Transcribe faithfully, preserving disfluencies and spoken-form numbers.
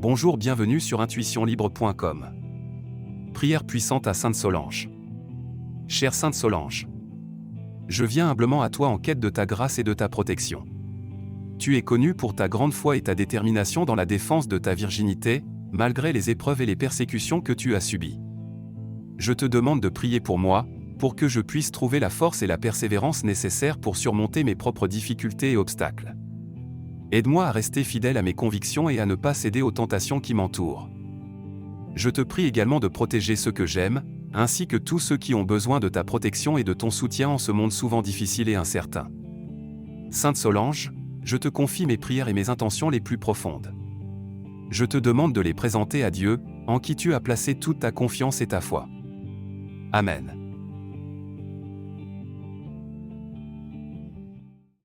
Bonjour, bienvenue sur intuition libre point com. Prière puissante à Sainte Solange. Chère Sainte Solange, je viens humblement à toi en quête de ta grâce et de ta protection. Tu es connue pour ta grande foi et ta détermination dans la défense de ta virginité, malgré les épreuves et les persécutions que tu as subies. Je te demande de prier pour moi, pour que je puisse trouver la force et la persévérance nécessaires pour surmonter mes propres difficultés et obstacles. Aide-moi à rester fidèle à mes convictions et à ne pas céder aux tentations qui m'entourent. Je te prie également de protéger ceux que j'aime, ainsi que tous ceux qui ont besoin de ta protection et de ton soutien en ce monde souvent difficile et incertain. Sainte Solange, je te confie mes prières et mes intentions les plus profondes. Je te demande de les présenter à Dieu, en qui tu as placé toute ta confiance et ta foi. Amen.